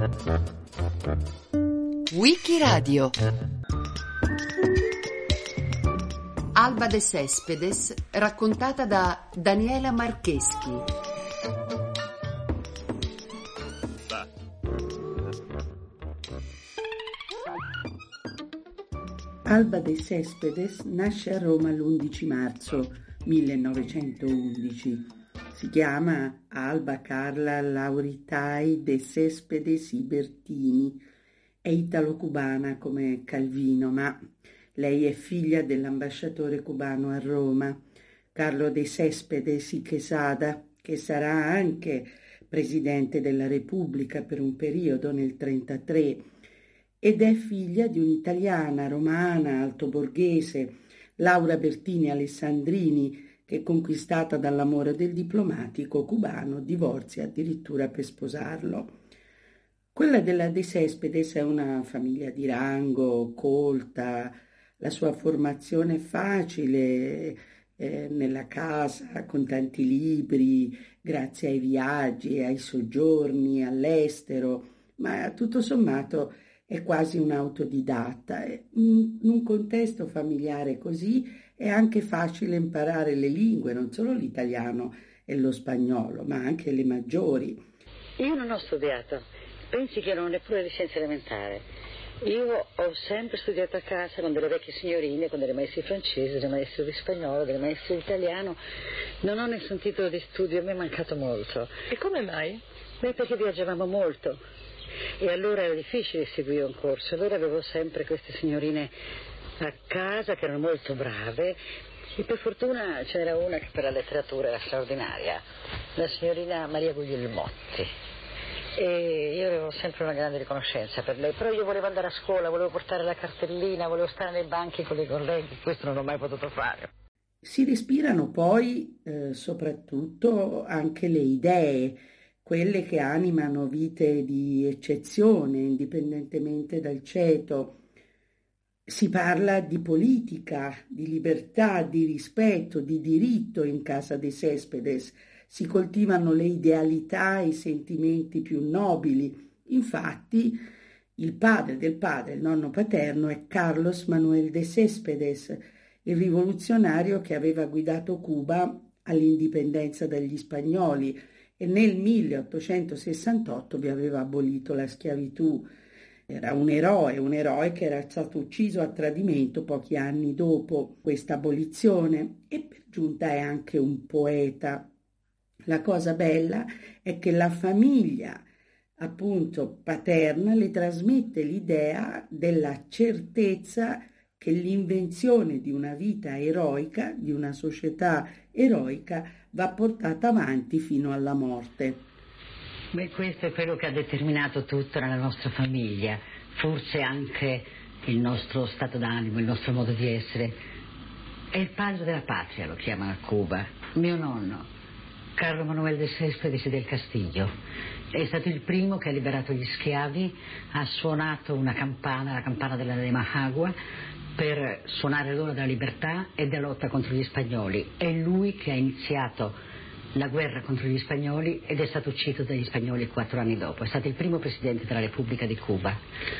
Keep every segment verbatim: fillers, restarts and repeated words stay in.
Wikiradio. Alba de Céspedes, raccontata da Daniela Marcheschi. Alba de Céspedes nasce a Roma l'undici marzo millenovecentoundici. Si chiama Alba Carla Lauritai de Céspedes y Bertini. È italo-cubana come Calvino, ma lei è figlia dell'ambasciatore cubano a Roma, Carlo de Céspedes y Quesada, che sarà anche presidente della Repubblica per un periodo nel trentatré, ed è figlia di un'italiana romana altoborghese, Laura Bertini Alessandrini, che, conquistata dall'amore del diplomatico cubano, divorzia addirittura per sposarlo. Quella della De Céspedes è una famiglia di rango, colta, la sua formazione è facile, eh, nella casa, con tanti libri, grazie ai viaggi, ai soggiorni all'estero, ma tutto sommato è quasi un'autodidatta. In un contesto familiare così è anche facile imparare le lingue, non solo l'italiano e lo spagnolo, ma anche le maggiori. Io non ho studiato, pensi che non ho neppure licenza elementare. Io ho sempre studiato a casa con delle vecchie signorine, con delle maestre francesi, delle maestre di spagnolo, delle maestre di italiano. Non ho nessun titolo di studio, mi è mancato molto. E come mai? Beh, perché viaggiavamo molto e allora era difficile seguire un corso. Allora avevo sempre queste signorine a casa che erano molto brave e per fortuna c'era una che per la letteratura era straordinaria, la signorina Maria Guglielmotti. E io avevo sempre una grande riconoscenza per lei, però io volevo andare a scuola, volevo portare la cartellina, volevo stare nei banchi con i colleghi, questo non l'ho mai potuto fare. Si respirano poi eh, soprattutto anche le idee, quelle che animano vite di eccezione, indipendentemente dal ceto. Si parla di politica, di libertà, di rispetto, di diritto in casa de Céspedes. Si coltivano le idealità e i sentimenti più nobili. Infatti, il padre del padre, il nonno paterno, è Carlos Manuel de Céspedes, il rivoluzionario che aveva guidato Cuba all'indipendenza dagli spagnoli e nel milleottocentosessantotto vi aveva abolito la schiavitù. Era un eroe, un eroe che era stato ucciso a tradimento pochi anni dopo questa abolizione e per giunta è anche un poeta. La cosa bella è che la famiglia, appunto paterna, le trasmette l'idea della certezza che l'invenzione di una vita eroica, di una società eroica, va portata avanti fino alla morte. Beh, questo è quello che ha determinato tutto nella nostra famiglia, forse anche il nostro stato d'animo, il nostro modo di essere. È il padre della patria, lo chiamano a Cuba, mio nonno, Carlo Manuel de Céspedes del Castillo. È stato il primo che ha liberato gli schiavi, ha suonato una campana, la campana della de Mahagua, per suonare l'ora della libertà e della lotta contro gli spagnoli. È lui che ha iniziato la guerra contro gli spagnoli ed è stato ucciso dagli spagnoli quattro anni dopo. È stato il primo presidente della Repubblica di Cuba.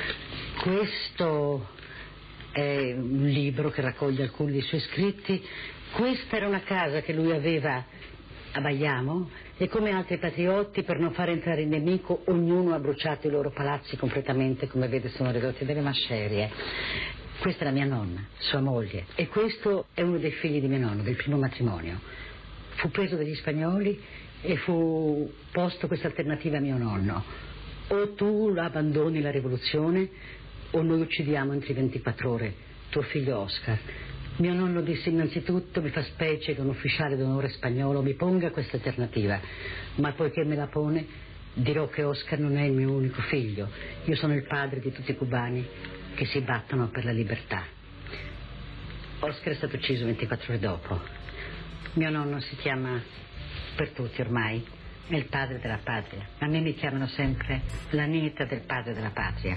Questo è un libro che raccoglie alcuni dei suoi scritti. Questa era una casa che lui aveva a Baiamo e come altri patriotti, per non far entrare il nemico, ognuno ha bruciato i loro palazzi completamente, come vede sono ridotti delle macerie. Questa è la mia nonna, sua moglie, e questo è uno dei figli di mio nonno, del primo matrimonio. Fu preso dagli spagnoli e fu posto questa alternativa a mio nonno: o tu abbandoni la rivoluzione o noi uccidiamo entro ventiquattro ore tuo figlio Oscar. Mio nonno disse: innanzitutto mi fa specie che un ufficiale d'onore spagnolo mi ponga questa alternativa, ma poiché me la pone dirò che Oscar non è il mio unico figlio, io sono il padre di tutti i cubani che si battono per la libertà. Oscar è stato ucciso ventiquattro ore dopo. Mio nonno si chiama, per tutti ormai, è il padre della patria. A me mi chiamano sempre la nieta del padre della patria.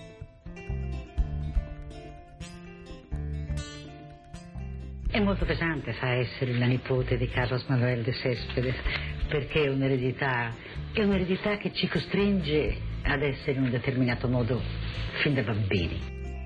È molto pesante fa essere la nipote di Carlos Manuel de Céspedes, perché è un'eredità, è un'eredità che ci costringe ad essere in un determinato modo fin da bambini.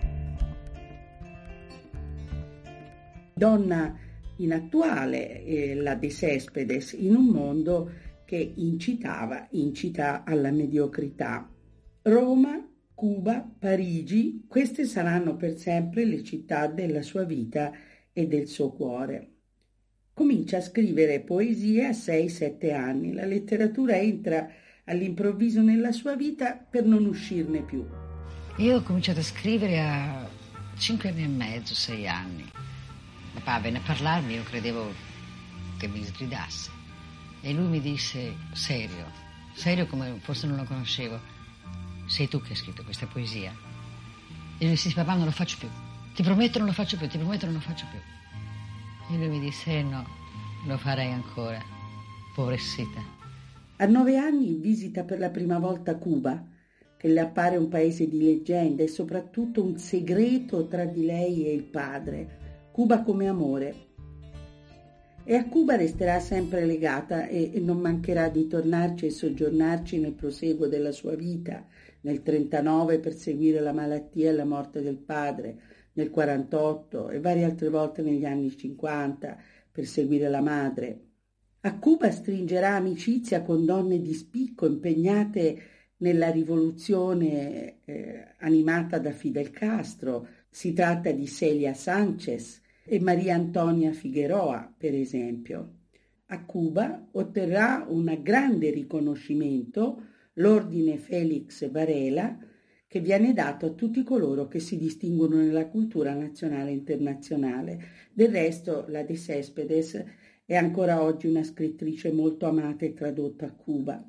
Donna inattuale, eh, la De Cespedes, in un mondo che incitava, incita alla mediocrità. Roma, Cuba, Parigi, queste saranno per sempre le città della sua vita e del suo cuore. Comincia a scrivere poesie a sei sette anni. La letteratura entra all'improvviso nella sua vita per non uscirne più. Io ho cominciato a scrivere a cinque anni e mezzo, sei anni. Papà venne a parlarmi, io credevo che mi sgridasse. E lui mi disse, serio, serio come forse non lo conoscevo, sei tu che hai scritto questa poesia? E io dissi, papà non lo faccio più, ti prometto non lo faccio più, ti prometto non lo faccio più. E lui mi disse, eh no, lo farei ancora, pobrecita. A nove anni visita per la prima volta Cuba, che le appare un paese di leggenda e soprattutto un segreto tra di lei e il padre, Cuba come amore. E a Cuba resterà sempre legata e, e non mancherà di tornarci e soggiornarci nel proseguo della sua vita, nel trentanove per seguire la malattia e la morte del padre, nel quarantotto e varie altre volte negli anni cinquanta per seguire la madre. A Cuba stringerà amicizia con donne di spicco impegnate nella rivoluzione eh, animata da Fidel Castro. Si tratta di Celia Sánchez e Maria Antonia Figueroa, per esempio. A Cuba otterrà un grande riconoscimento, l'ordine Félix Varela, che viene dato a tutti coloro che si distinguono nella cultura nazionale e internazionale. Del resto, la De Cespedes è ancora oggi una scrittrice molto amata e tradotta a Cuba.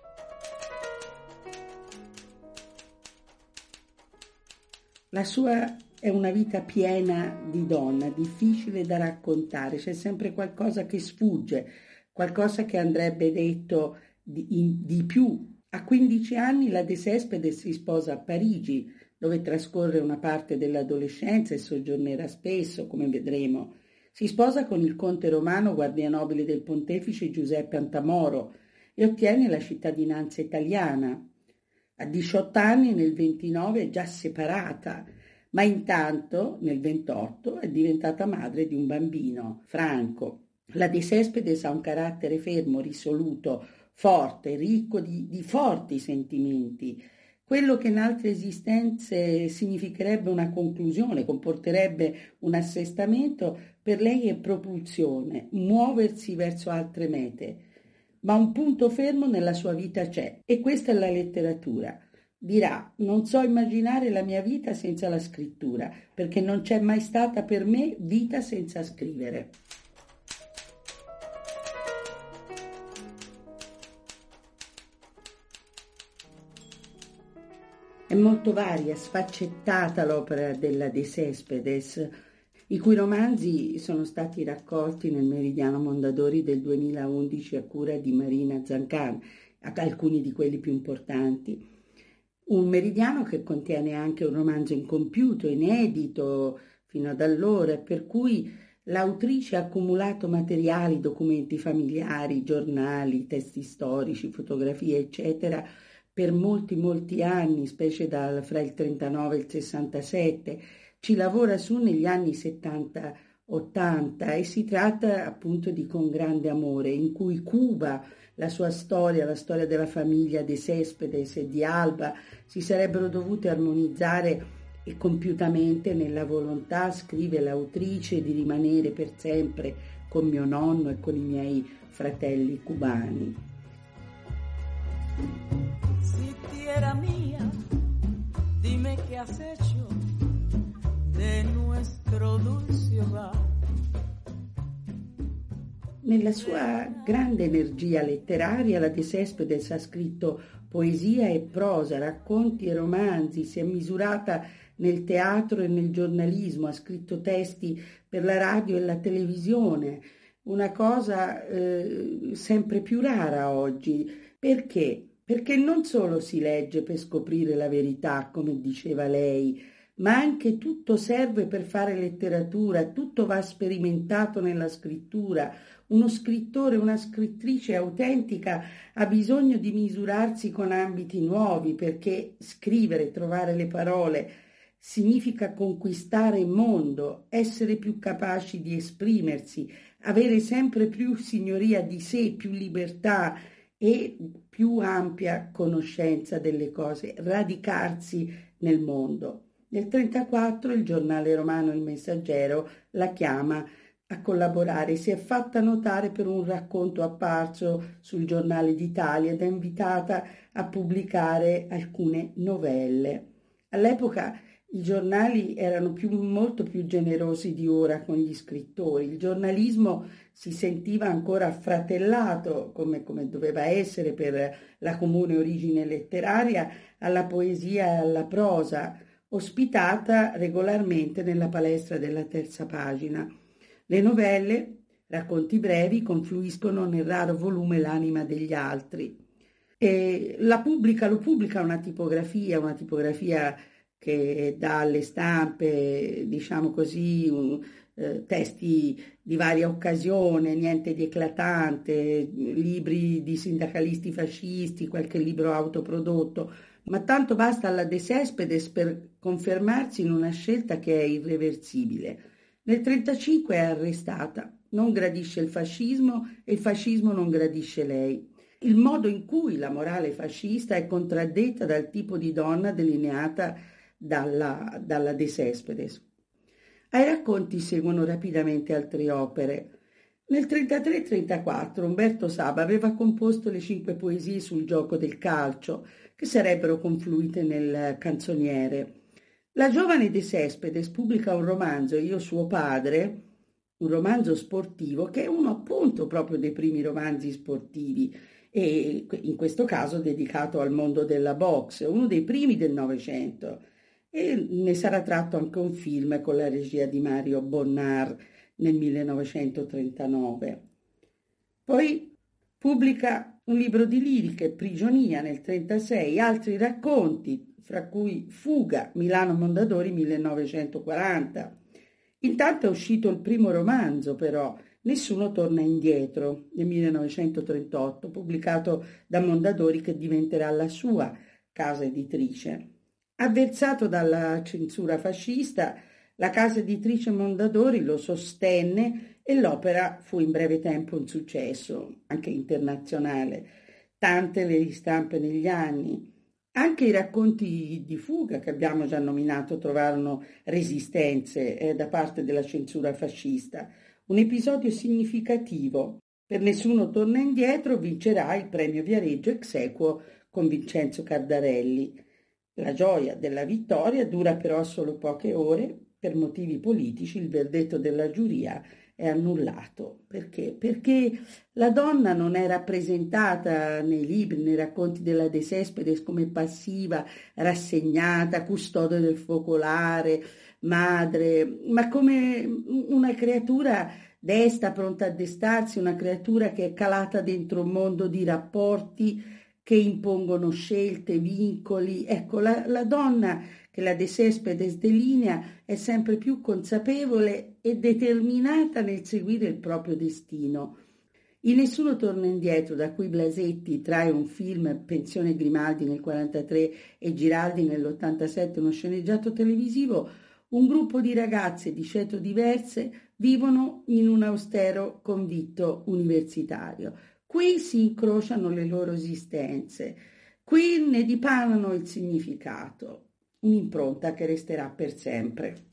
La sua è una vita piena di donna, difficile da raccontare, c'è sempre qualcosa che sfugge, qualcosa che andrebbe detto di, in, di più. A quindici anni la De Cespedes si sposa a Parigi, dove trascorre una parte dell'adolescenza e soggiornerà spesso, come vedremo. Si sposa con il conte romano guardia nobile del pontefice Giuseppe Antamoro e ottiene la cittadinanza italiana. A diciotto anni, nel ventinove, è già separata, ma intanto, nel ventotto, è diventata madre di un bambino, Franco. La De Cespedes ha un carattere fermo, risoluto, forte, ricco di, di forti sentimenti. Quello che in altre esistenze significherebbe una conclusione, comporterebbe un assestamento, per lei è propulsione, muoversi verso altre mete. Ma un punto fermo nella sua vita c'è, e questa è la letteratura. Dirà, non so immaginare la mia vita senza la scrittura, perché non c'è mai stata per me vita senza scrivere. È molto varia, sfaccettata l'opera della De Cespedes, i cui romanzi sono stati raccolti nel Meridiano Mondadori del duemilaundici a cura di Marina Zancan, alcuni di quelli più importanti. Un meridiano che contiene anche un romanzo incompiuto, inedito fino ad allora, per cui l'autrice ha accumulato materiali, documenti familiari, giornali, testi storici, fotografie, eccetera, per molti molti anni, specie dal, fra il trentanove e il sessantasette. Ci lavora su negli anni settanta ottanta e si tratta appunto di Con grande amore, in cui Cuba, la sua storia, la storia della famiglia De Cespedes e di Alba si sarebbero dovute armonizzare e compiutamente nella volontà, scrive l'autrice, di rimanere per sempre con mio nonno e con i miei fratelli cubani. Si tierra mía, dime qué has hecho de nuestro dulce hogar. Nella sua grande energia letteraria, la De Cespedes ha scritto poesia e prosa, racconti e romanzi, si è misurata nel teatro e nel giornalismo, ha scritto testi per la radio e la televisione, una cosa eh, sempre più rara oggi. Perché? Perché non solo si legge per scoprire la verità, come diceva lei, ma anche tutto serve per fare letteratura, tutto va sperimentato nella scrittura. Uno scrittore, una scrittrice autentica ha bisogno di misurarsi con ambiti nuovi, perché scrivere, trovare le parole, significa conquistare il mondo, essere più capaci di esprimersi, avere sempre più signoria di sé, più libertà e più ampia conoscenza delle cose, radicarsi nel mondo. Nel trentaquattro il giornale romano Il Messaggero la chiama a collaborare, si è fatta notare per un racconto apparso sul Giornale d'Italia ed è invitata a pubblicare alcune novelle. All'epoca i giornali erano più, molto più generosi di ora con gli scrittori. Il giornalismo si sentiva ancora affratellato, come, come doveva essere per la comune origine letteraria, alla poesia e alla prosa, ospitata regolarmente nella palestra della Terza Pagina. Le novelle, racconti brevi, confluiscono nel raro volume L'anima degli altri. E la pubblica, lo pubblica una tipografia, una tipografia che dà alle stampe, diciamo così, un, eh, testi di varia occasione, niente di eclatante, libri di sindacalisti fascisti, qualche libro autoprodotto, ma tanto basta alla De Cespedes per confermarsi in una scelta che è irreversibile. Nel trentacinque è arrestata, non gradisce il fascismo e il fascismo non gradisce lei. Il modo in cui la morale fascista è contraddetta dal tipo di donna delineata dalla, dalla De Cespedes. Ai racconti seguono rapidamente altre opere. Nel trentatré trentaquattro Umberto Saba aveva composto le cinque poesie sul gioco del calcio, che sarebbero confluite nel Canzoniere. La giovane De Cespedes pubblica un romanzo, Io suo padre, un romanzo sportivo che è uno appunto proprio dei primi romanzi sportivi e in questo caso dedicato al mondo della boxe, uno dei primi del Novecento. E ne sarà tratto anche un film con la regia di Mario Bonnar nel millenovecentotrentanove. Poi pubblica un libro di liriche, Prigionia nel trentasei, altri racconti, fra cui Fuga, Milano Mondadori millenovecentoquaranta. Intanto è uscito il primo romanzo, però, Nessuno torna indietro, nel millenovecentotrentotto, pubblicato da Mondadori, che diventerà la sua casa editrice. Avversato dalla censura fascista, la casa editrice Mondadori lo sostenne e l'opera fu in breve tempo un successo, anche internazionale. Tante le ristampe negli anni. Anche i racconti di fuga che abbiamo già nominato trovarono resistenze eh, da parte della censura fascista. Un episodio significativo. Per Nessuno torna indietro vincerà il premio Viareggio ex aequo con Vincenzo Cardarelli. La gioia della vittoria dura però solo poche ore. Per motivi politici il verdetto della giuria è annullato. Perché? Perché la donna non è rappresentata nei libri, nei racconti della De Cespedes come passiva, rassegnata, custode del focolare, madre, ma come una creatura desta, pronta a destarsi, una creatura che è calata dentro un mondo di rapporti che impongono scelte, vincoli. Ecco, la, la donna che la De Cespedes delinea è sempre più consapevole e determinata nel seguire il proprio destino. In Nessuno torna indietro, da cui Blasetti trae un film, Pensione Grimaldi nel quarantatré e Giraldi nell'ottantasette, uno sceneggiato televisivo, un gruppo di ragazze di ceto diverse vivono in un austero convitto universitario. Qui si incrociano le loro esistenze, qui ne dipanano il significato, un'impronta che resterà per sempre.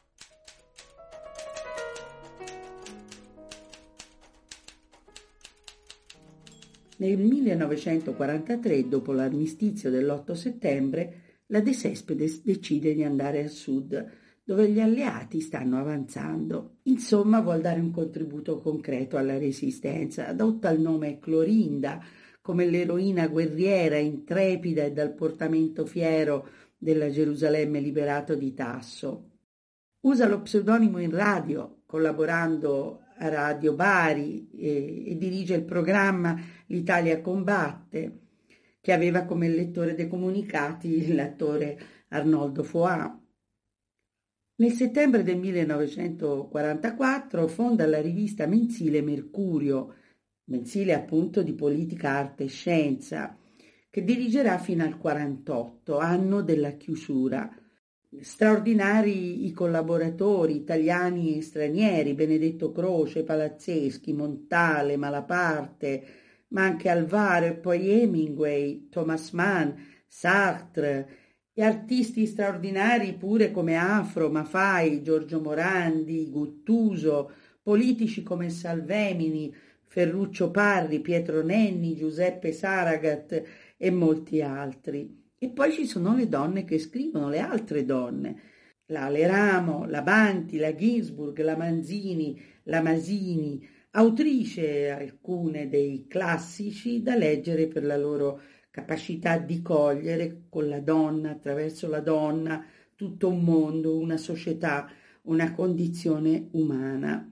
Nel millenovecentoquarantatré, dopo l'armistizio dell'otto settembre, la De Cespedes decide di andare a sud, dove gli alleati stanno avanzando. Insomma, vuol dare un contributo concreto alla resistenza. Adotta il nome Clorinda come l'eroina guerriera, intrepida e dal portamento fiero della Gerusalemme liberato di Tasso. Usa lo pseudonimo in radio, collaborando a Radio Bari e, e dirige il programma L'Italia combatte, che aveva come lettore dei comunicati l'attore Arnoldo Foà. Nel settembre del millenovecentoquarantaquattro fonda la rivista mensile Mercurio, mensile appunto di politica, arte e scienza, che dirigerà fino al quarantotto, anno della chiusura. Straordinari i collaboratori italiani e stranieri, Benedetto Croce, Palazzeschi, Montale, Malaparte, ma anche Alvaro e poi Hemingway, Thomas Mann, Sartre, e artisti straordinari pure come Afro, Mafai, Giorgio Morandi, Guttuso, politici come Salvemini, Ferruccio Parri, Pietro Nenni, Giuseppe Saragat e molti altri. E poi ci sono le donne che scrivono, le altre donne, la Leramo, la Banti, la Ginsburg, la Manzini, la Masini, autrice alcune dei classici da leggere per la loro capacità di cogliere con la donna, attraverso la donna, tutto un mondo, una società, una condizione umana.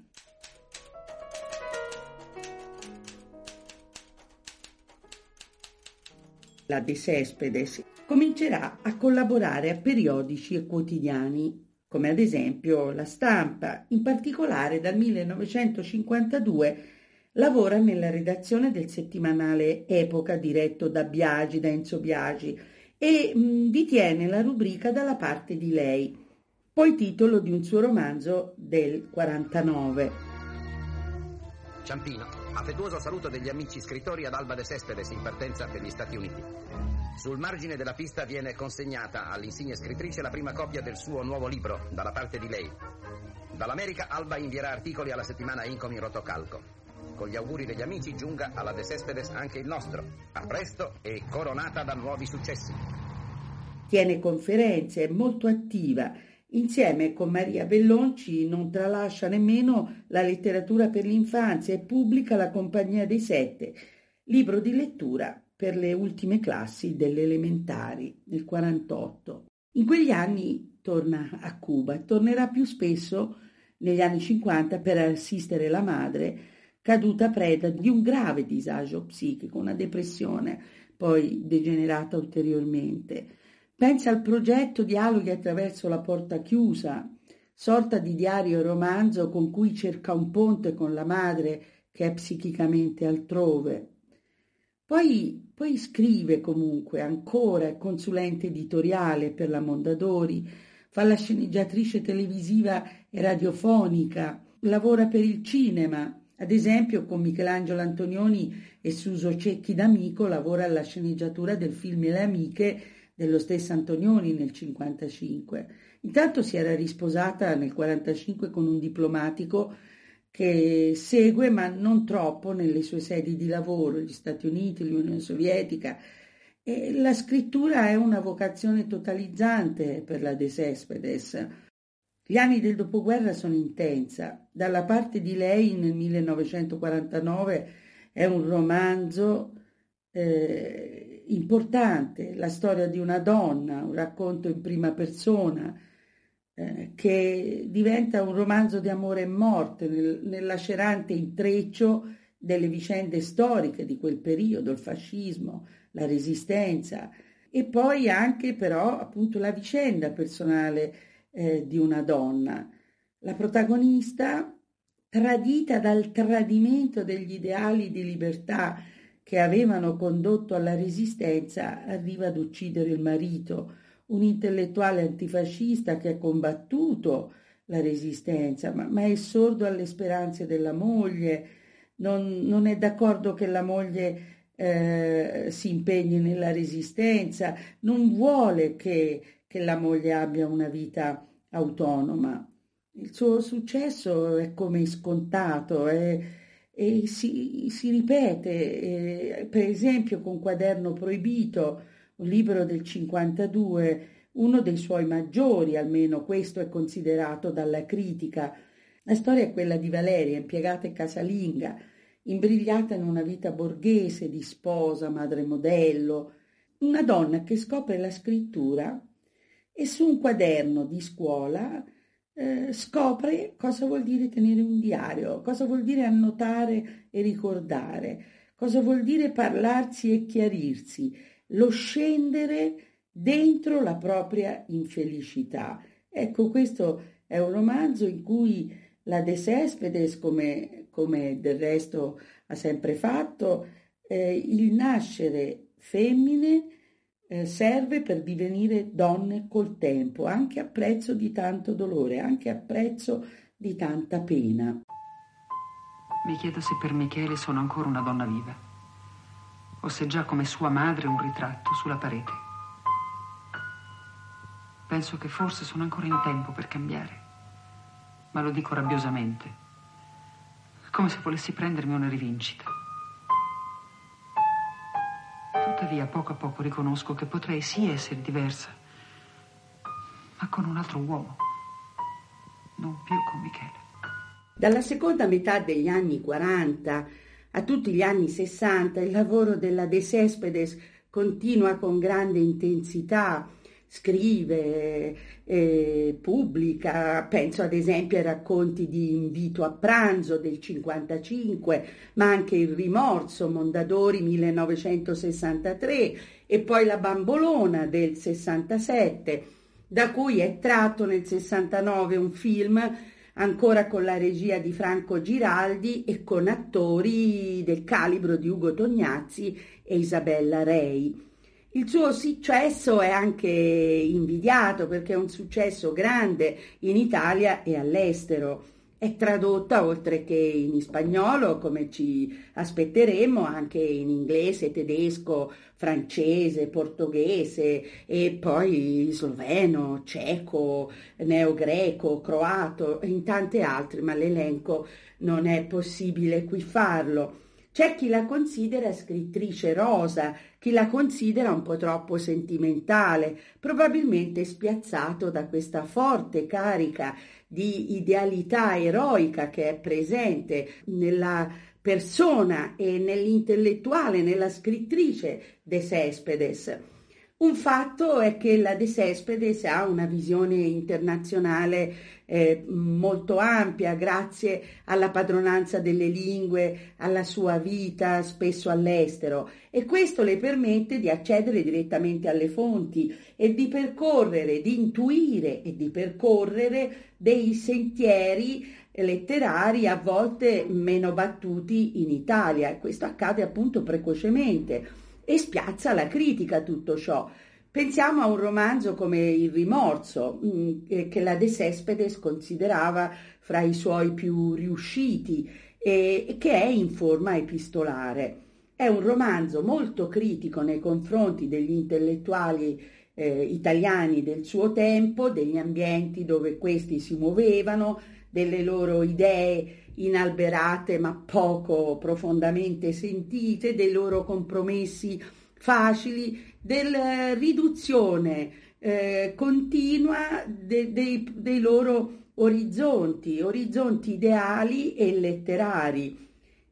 La De Cespedes comincerà a collaborare a periodici e quotidiani, come ad esempio La Stampa. In particolare dal millenovecentocinquantadue lavora nella redazione del settimanale Epoca diretto da Biagi, da Enzo Biagi, e mh, vi tiene la rubrica Dalla parte di lei, poi titolo di un suo romanzo del quarantanove. Ciampino, affettuoso saluto degli amici scrittori ad Alba De Cespedes in partenza per gli Stati Uniti. Sul margine della pista viene consegnata all'insigne scrittrice la prima copia del suo nuovo libro, Dalla parte di lei. Dall'America Alba invierà articoli alla settimana Incomi in rotocalco. Con gli auguri degli amici giunga alla De Cespedes anche il nostro. A presto e coronata da nuovi successi. Tiene conferenze, è molto attiva. Insieme con Maria Bellonci non tralascia nemmeno la letteratura per l'infanzia e pubblica La Compagnia dei Sette, libro di lettura per le ultime classi delle elementari nel quarantotto. In quegli anni torna a Cuba, tornerà più spesso negli anni cinquanta per assistere la madre, caduta preda di un grave disagio psichico, una depressione, poi degenerata ulteriormente. Pensa al progetto Dialoghi attraverso la porta chiusa, sorta di diario e romanzo con cui cerca un ponte con la madre che è psichicamente altrove. Poi, poi scrive comunque ancora, è consulente editoriale per la Mondadori, fa la sceneggiatrice televisiva e radiofonica, lavora per il cinema. Ad esempio con Michelangelo Antonioni e Suso Cecchi d'Amico lavora alla sceneggiatura del film Le Amiche dello stesso Antonioni nel cinquantacinque. Intanto si era risposata nel quarantacinque con un diplomatico che segue, ma non troppo, nelle sue sedi di lavoro, gli Stati Uniti, l'Unione Sovietica. E la scrittura è una vocazione totalizzante per la De Cespedes. Gli anni del dopoguerra sono intensa. Dalla parte di lei nel millenovecentoquarantanove è un romanzo eh, importante, la storia di una donna, un racconto in prima persona eh, che diventa un romanzo di amore e morte nel, nel lacerante intreccio delle vicende storiche di quel periodo, il fascismo, la resistenza e poi anche però appunto la vicenda personale Eh, di una donna, la protagonista tradita dal tradimento degli ideali di libertà che avevano condotto alla resistenza, arriva ad uccidere il marito, un intellettuale antifascista che ha combattuto la resistenza, ma, ma è sordo alle speranze della moglie, non, non è d'accordo che la moglie eh, si impegni nella resistenza, non vuole che che la moglie abbia una vita autonoma. Il suo successo è come scontato è, e si, si ripete, e, per esempio con Quaderno Proibito, un libro del cinquantadue, uno dei suoi maggiori, almeno questo è considerato dalla critica. La storia è quella di Valeria, impiegata e casalinga, imbrigliata in una vita borghese di sposa, madre modello, una donna che scopre la scrittura e su un quaderno di scuola eh, scopre cosa vuol dire tenere un diario, cosa vuol dire annotare e ricordare, cosa vuol dire parlarsi e chiarirsi, lo scendere dentro la propria infelicità. Ecco, questo È un romanzo in cui la De Cespedes, come, come del resto ha sempre fatto, eh, il nascere femmine eh, serve per divenire donne col tempo, anche a prezzo di tanto dolore, anche a prezzo di tanta pena. Mi chiedo se per Michele sono ancora una donna viva, o se già come sua madre un ritratto sulla parete. Penso che forse sono ancora in tempo per cambiare, ma lo dico rabbiosamente, come se volessi prendermi una rivincita. Tuttavia, poco a poco riconosco che potrei sì essere diversa, ma con un altro uomo, non più con Michele. Dalla seconda metà degli anni quaranta a tutti gli anni sessanta il lavoro della De Cespedes continua con grande intensità, scrive, eh, pubblica, penso ad esempio ai racconti di Invito a pranzo del cinquantacinque, ma anche Il rimorso, Mondadori millenovecentosessantatré e poi La bambolona del sessantasette, da cui è tratto nel sessantanove un film ancora con la regia di Franco Giraldi e con attori del calibro di Ugo Tognazzi e Isabella Rei. Il suo successo è anche invidiato perché è un successo grande in Italia e all'estero. È tradotta oltre che in spagnolo, come ci aspetteremo, anche in inglese, tedesco, francese, portoghese e poi sloveno, ceco, neogreco, croato e in tante altre, ma l'elenco non è possibile qui farlo. C'è chi la considera scrittrice rosa, chi la considera un po' troppo sentimentale, probabilmente spiazzato da questa forte carica di idealità eroica che è presente nella persona e nell'intellettuale, nella scrittrice De Cespedes. Un fatto è che la De Cespedes ha una visione internazionale eh, molto ampia grazie alla padronanza delle lingue, alla sua vita spesso all'estero, e questo le permette di accedere direttamente alle fonti e di percorrere, di intuire e di percorrere dei sentieri letterari a volte meno battuti in Italia, e questo accade appunto precocemente. E spiazza la critica tutto ciò. Pensiamo a un romanzo come Il rimorso, mh, che la De Cespedes considerava fra i suoi più riusciti e che è in forma epistolare. È un romanzo molto critico nei confronti degli intellettuali eh, italiani del suo tempo, degli ambienti dove questi si muovevano, delle loro idee inalberate ma poco profondamente sentite, dei loro compromessi facili, della riduzione eh, continua de, de, dei loro orizzonti, orizzonti ideali e letterari.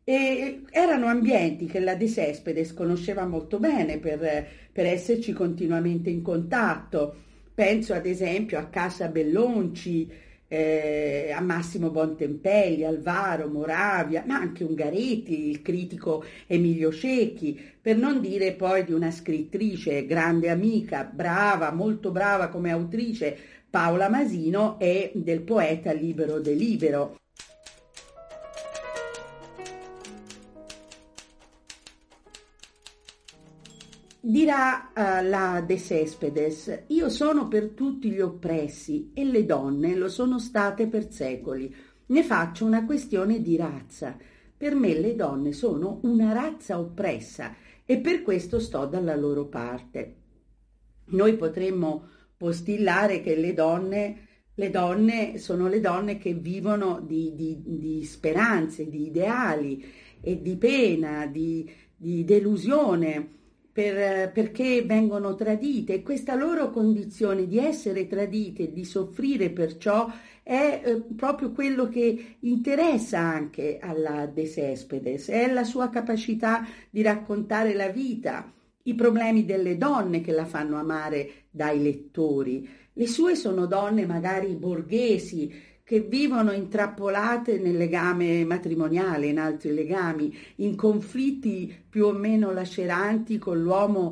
E erano ambienti che la De Cespedes conosceva molto bene per, per esserci continuamente in contatto. Penso ad esempio a Casa Bellonci, Eh, a Massimo Bontempelli, Alvaro, Moravia, ma anche Ungaretti, il critico Emilio Cecchi, per non dire poi di una scrittrice grande amica, brava, molto brava come autrice, Paola Masino, e del poeta Libero de Libero. Dirà uh, la De Cespedes: io sono per tutti gli oppressi e le donne lo sono state per secoli. Ne faccio una questione di razza. Per me le donne sono una razza oppressa e per questo sto dalla loro parte. Noi potremmo postillare che le donne, le donne sono le donne che vivono di, di, di speranze, di ideali e di pena, di, di delusione, Per, perché vengono tradite, e questa loro condizione di essere tradite, di soffrire perciò, è eh, proprio quello che interessa anche alla De Cespedes, è la sua capacità di raccontare la vita, i problemi delle donne che la fanno amare dai lettori. Le sue sono donne magari borghesi, che vivono intrappolate nel legame matrimoniale, in altri legami, in conflitti più o meno laceranti con l'uomo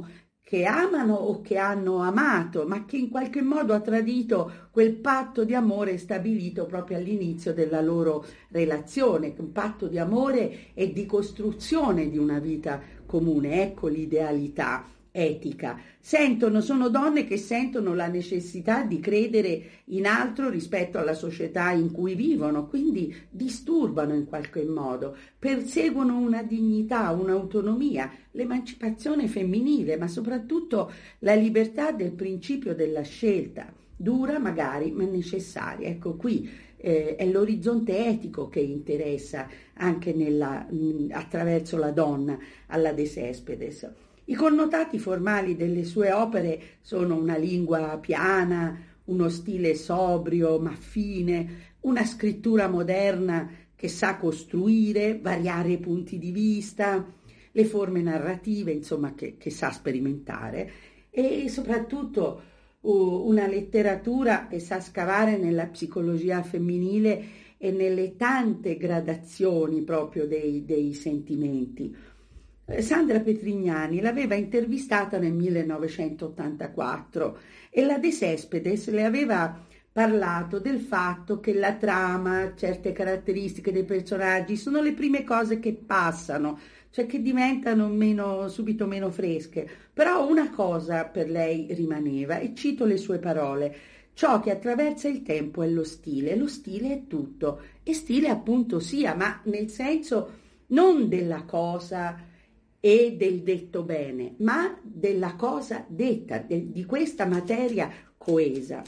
che amano o che hanno amato, ma che in qualche modo ha tradito quel patto di amore stabilito proprio all'inizio della loro relazione, un patto di amore e di costruzione di una vita comune. Ecco l'idealità etica. Sentono, sono donne che sentono la necessità di credere in altro rispetto alla società in cui vivono, quindi disturbano in qualche modo, perseguono una dignità, un'autonomia, l'emancipazione femminile, ma soprattutto la libertà del principio della scelta, dura magari ma necessaria. Ecco, qui eh, è l'orizzonte etico che interessa anche nella, mh, attraverso la donna alla De Cespedes. I connotati formali delle sue opere sono una lingua piana, uno stile sobrio ma fine, una scrittura moderna che sa costruire, variare i punti di vista, le forme narrative, insomma, che, che sa sperimentare, e soprattutto uh, una letteratura che sa scavare nella psicologia femminile e nelle tante gradazioni proprio dei, dei sentimenti. Sandra Petrignani l'aveva intervistata nel millenovecentottantaquattro e la De Cespedes le aveva parlato del fatto che la trama, certe caratteristiche dei personaggi sono le prime cose che passano, cioè che diventano meno, subito meno fresche. Però una cosa per lei rimaneva, e cito le sue parole: ciò che attraversa il tempo è lo stile, lo stile è tutto, e stile appunto sia, ma nel senso non della cosa e del detto bene, ma della cosa detta, de, di questa materia coesa.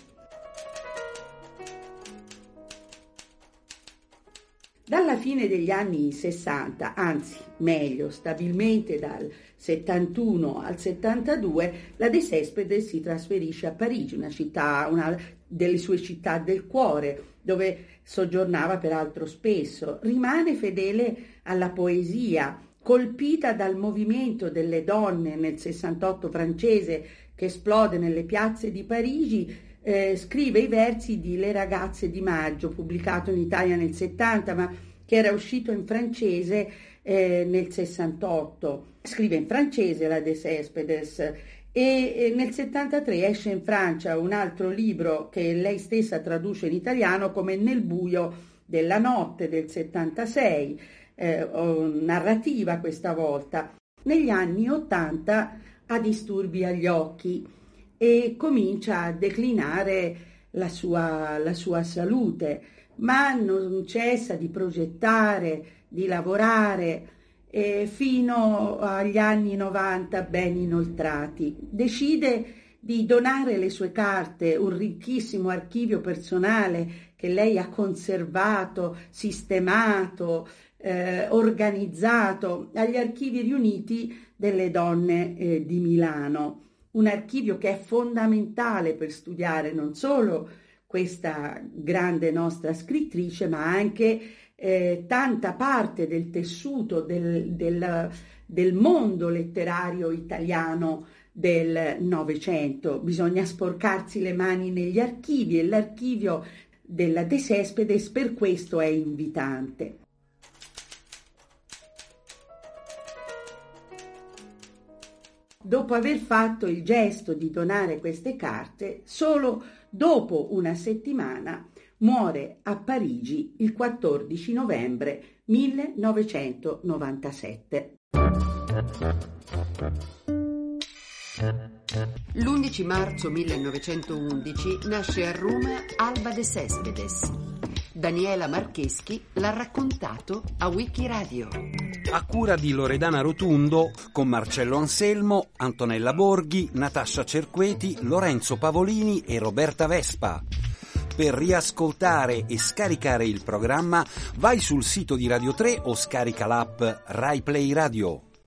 Dalla fine degli anni sessanta, anzi meglio, stabilmente dal settantuno al settantadue, la De Cespedes si trasferisce a Parigi, una città, una delle sue città del cuore, dove soggiornava peraltro spesso. Rimane fedele alla poesia, colpita dal movimento delle donne nel sessantotto francese che esplode nelle piazze di Parigi, eh, scrive i versi di Le ragazze di maggio, pubblicato in Italia nel settanta, ma che era uscito in francese eh, nel sessantotto. Scrive in francese la De Cespedes e, e nel settantatré esce in Francia un altro libro che lei stessa traduce in italiano come Nel buio della notte, del settantasei. Eh, narrativa questa volta. Negli anni ottanta ha disturbi agli occhi e comincia a declinare la sua, la sua salute, ma non cessa di progettare, di lavorare eh, fino agli anni novanta ben inoltrati. Decide di donare le sue carte, un ricchissimo archivio personale che lei ha conservato, sistemato, Eh, organizzato agli archivi riuniti delle donne eh, di Milano, un archivio che è fondamentale per studiare non solo questa grande nostra scrittrice, ma anche eh, tanta parte del tessuto del, del, del mondo letterario italiano del Novecento. Bisogna sporcarsi le mani negli archivi e l'archivio della De Cespedes per questo è invitante. Dopo aver fatto il gesto di donare queste carte, solo dopo una settimana muore a Parigi il quattordici novembre millenovecentonovantasette. L'undici marzo millenovecentoundici nasce a Roma Alba De Cespedes. Daniela Marcheschi l'ha raccontato a Wikiradio. A cura di Loredana Rotundo, con Marcello Anselmo, Antonella Borghi, Natascia Cerqueti, Lorenzo Pavolini e Roberta Vespa. Per riascoltare e scaricare il programma vai sul sito di Radio tre o scarica l'app Rai Play Radio.